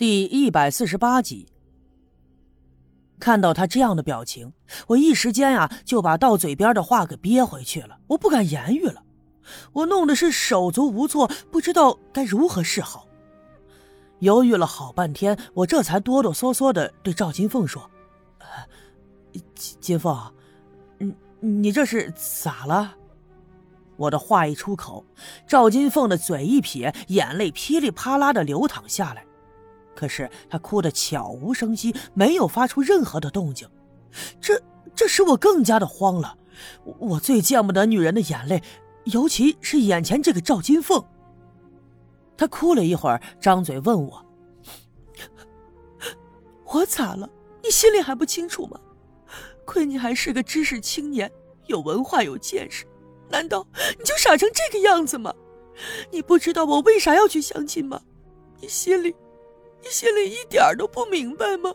第148集。看到他这样的表情，我一时间就把到嘴边的话给憋回去了，我不敢言语了。我弄的是手足无措，不知道该如何是好。犹豫了好半天，我这才哆哆嗦嗦地对赵金凤说：“金凤，你这是咋了？”我的话一出口，赵金凤的嘴一撇，眼泪噼里啪啦地流淌下来。可是她哭得悄无声息，没有发出任何的动静。这使我更加的慌了。我最见不得女人的眼泪，尤其是眼前这个赵金凤。她哭了一会儿，张嘴问我：“我咋了？你心里还不清楚吗？亏你还是个知识青年，有文化有见识，难道你就傻成这个样子吗？你不知道我为啥要去相亲吗？你心里一点都不明白吗？”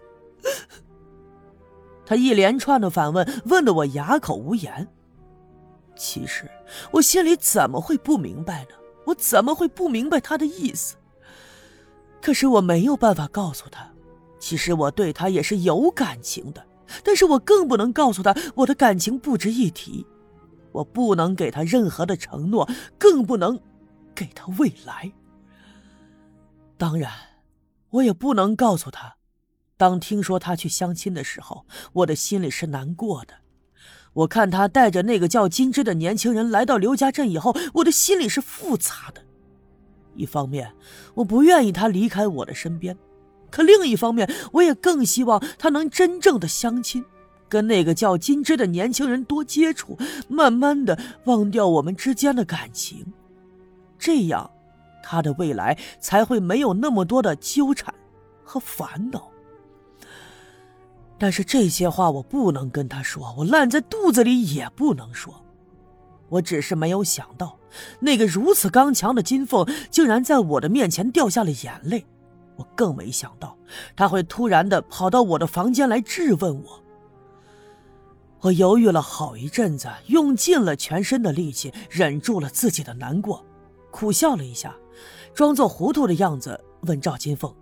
他一连串的反问，问得我哑口无言。其实我心里怎么会不明白呢？我怎么会不明白他的意思？可是我没有办法告诉他，其实我对他也是有感情的，但是我更不能告诉他我的感情不值一提。我不能给他任何的承诺，更不能给他未来。当然我也不能告诉他，当听说他去相亲的时候，我的心里是难过的。我看他带着那个叫金枝的年轻人来到刘家镇以后，我的心里是复杂的。一方面我不愿意他离开我的身边，可另一方面我也更希望他能真正的相亲，跟那个叫金枝的年轻人多接触，慢慢的忘掉我们之间的感情。这样他的未来才会没有那么多的纠缠和烦恼。但是这些话我不能跟他说，我烂在肚子里也不能说。我只是没有想到，那个如此刚强的金凤竟然在我的面前掉下了眼泪。我更没想到他会突然的跑到我的房间来质问我。我犹豫了好一阵子，用尽了全身的力气，忍住了自己的难过，苦笑了一下，装作糊涂的样子问赵金凤：“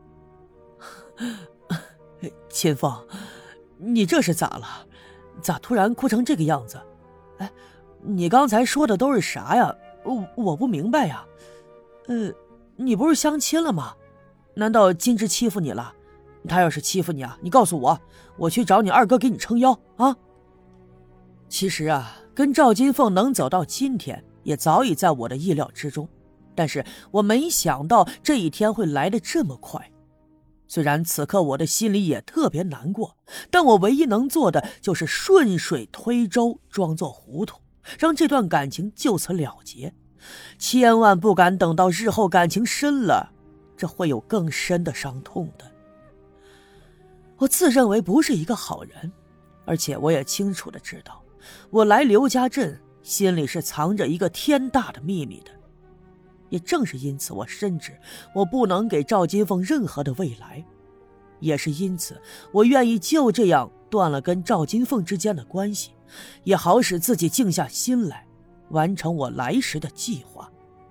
金凤，你这是咋了？咋突然哭成这个样子？你刚才说的都是啥呀？我不明白呀。你不是相亲了吗？难道金枝欺负你了？他要是欺负你你告诉我，我去找你二哥给你撑腰啊。”其实跟赵金凤能走到今天，也早已在我的意料之中，但是我没想到这一天会来得这么快。虽然此刻我的心里也特别难过，但我唯一能做的就是顺水推舟，装作糊涂，让这段感情就此了结。千万不敢等到日后感情深了，这会有更深的伤痛的。我自认为不是一个好人，而且我也清楚地知道，我来刘家镇心里是藏着一个天大的秘密的。也正是因此，我深知我不能给赵金凤任何的未来，也是因此我愿意就这样断了跟赵金凤之间的关系，也好使自己静下心来，完成我来时的计划。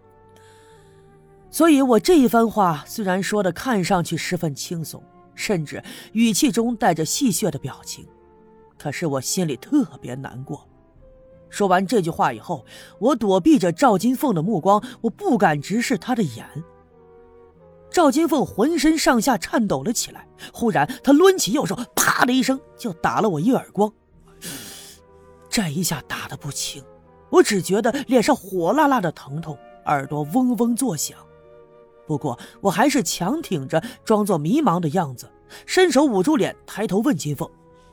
所以我这一番话虽然说的看上去十分轻松，甚至语气中带着戏谑的表情，可是我心里特别难过。说完这句话以后，我躲避着赵金凤的目光，我不敢直视她的眼。赵金凤浑身上下颤抖了起来，忽然她抡起右手，啪的一声就打了我一耳光。这一下打得不轻，我只觉得脸上火辣辣的疼痛，耳朵嗡嗡作响。不过我还是强挺着，装作迷茫的样子，伸手捂住脸，抬头问金凤：“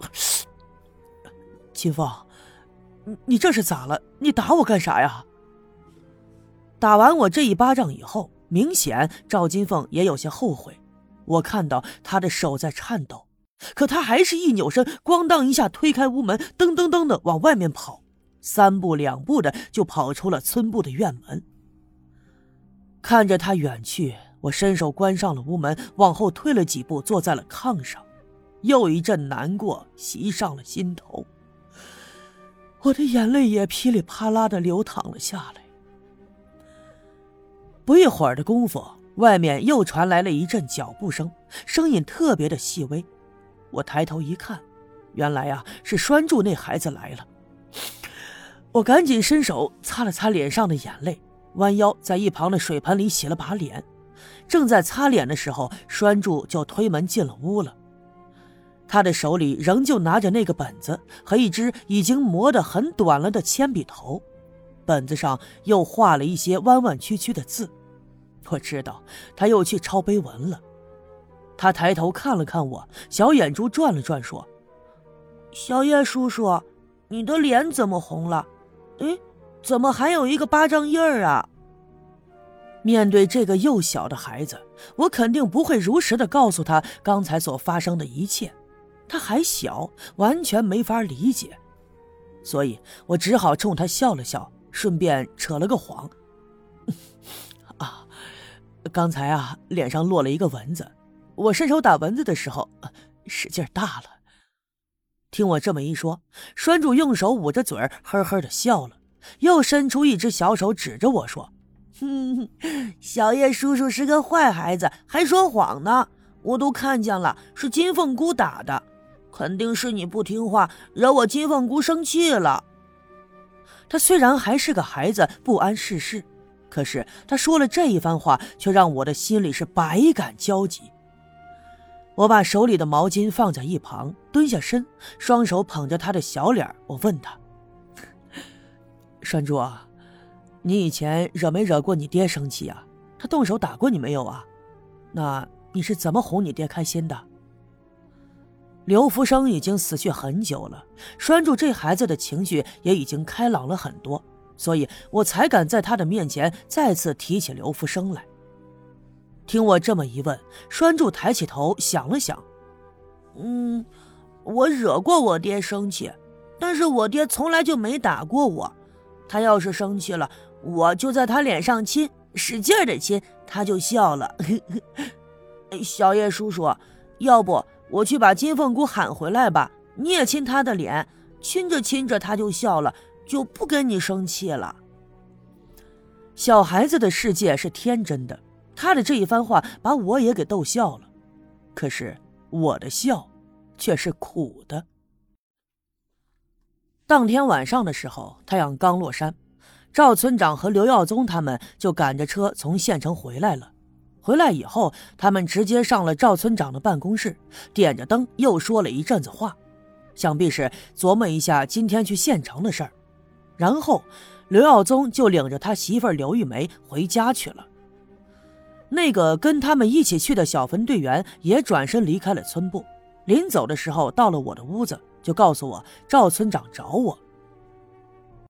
金凤，你这是咋了？你打我干啥呀？”打完我这一巴掌以后，明显赵金凤也有些后悔。我看到她的手在颤抖，可她还是一扭身，咣当一下推开屋门，噔噔噔的往外面跑，3步2步的就跑出了村部的院门。看着她远去，我伸手关上了屋门，往后退了几步，坐在了炕上，又一阵难过袭上了心头。我的眼泪也噼里啪啦的流淌了下来。不一会儿的功夫， 外面又传来了一阵脚步声，声音特别的细微。我抬头一看，原来啊是拴住那孩子来了。我赶紧伸手擦了擦脸上的眼泪，弯腰在一旁的水盆里洗了把脸。正在擦脸的时候，拴住就推门进了屋了。他的手里仍旧拿着那个本子和一支已经磨得很短了的铅笔头，本子上又画了一些弯弯曲曲的字。我知道他又去抄碑文了。他抬头看了看我，小眼珠转了转，说：“小叶叔叔，你的脸怎么红了？诶，怎么还有一个巴掌印儿啊？”面对这个幼小的孩子，我肯定不会如实的告诉他刚才所发生的一切，他还小，完全没法理解，所以我只好冲他笑了笑，顺便扯了个谎。刚才啊，脸上落了一个蚊子，我伸手打蚊子的时候，使劲大了。听我这么一说，栓柱用手捂着嘴儿，呵呵的笑了，又伸出一只小手指着我说：“小叶叔叔是个坏孩子，还说谎呢。我都看见了，是金凤姑打的，肯定是你不听话，惹我金凤姑生气了。”他虽然还是个孩子，不谙世事，可是他说了这一番话，却让我的心里是百感交集。我把手里的毛巾放在一旁，蹲下身，双手捧着他的小脸，我问他：“栓柱啊，你以前惹没惹过你爹生气啊？他动手打过你没有啊？那你是怎么哄你爹开心的？”刘福生已经死去很久了，栓柱这孩子的情绪也已经开朗了很多，所以我才敢在他的面前再次提起刘福生来。听我这么一问，栓柱抬起头想了想：“我惹过我爹生气，但是我爹从来就没打过我。他要是生气了，我就在他脸上亲，使劲的亲，他就笑了。小叶叔叔，要不我去把金凤姑喊回来吧，你也亲他的脸，亲着亲着他就笑了，就不跟你生气了。”小孩子的世界是天真的，他的这一番话把我也给逗笑了，可是我的笑却是苦的。当天晚上的时候，太阳刚落山，赵村长和刘耀宗他们就赶着车从县城回来了。回来以后，他们直接上了赵村长的办公室，点着灯又说了一阵子话，想必是琢磨一下今天去县城的事儿。然后刘耀宗就领着他媳妇儿刘玉梅回家去了。那个跟他们一起去的小分队员也转身离开了村部，临走的时候到了我的屋子，就告诉我赵村长找我。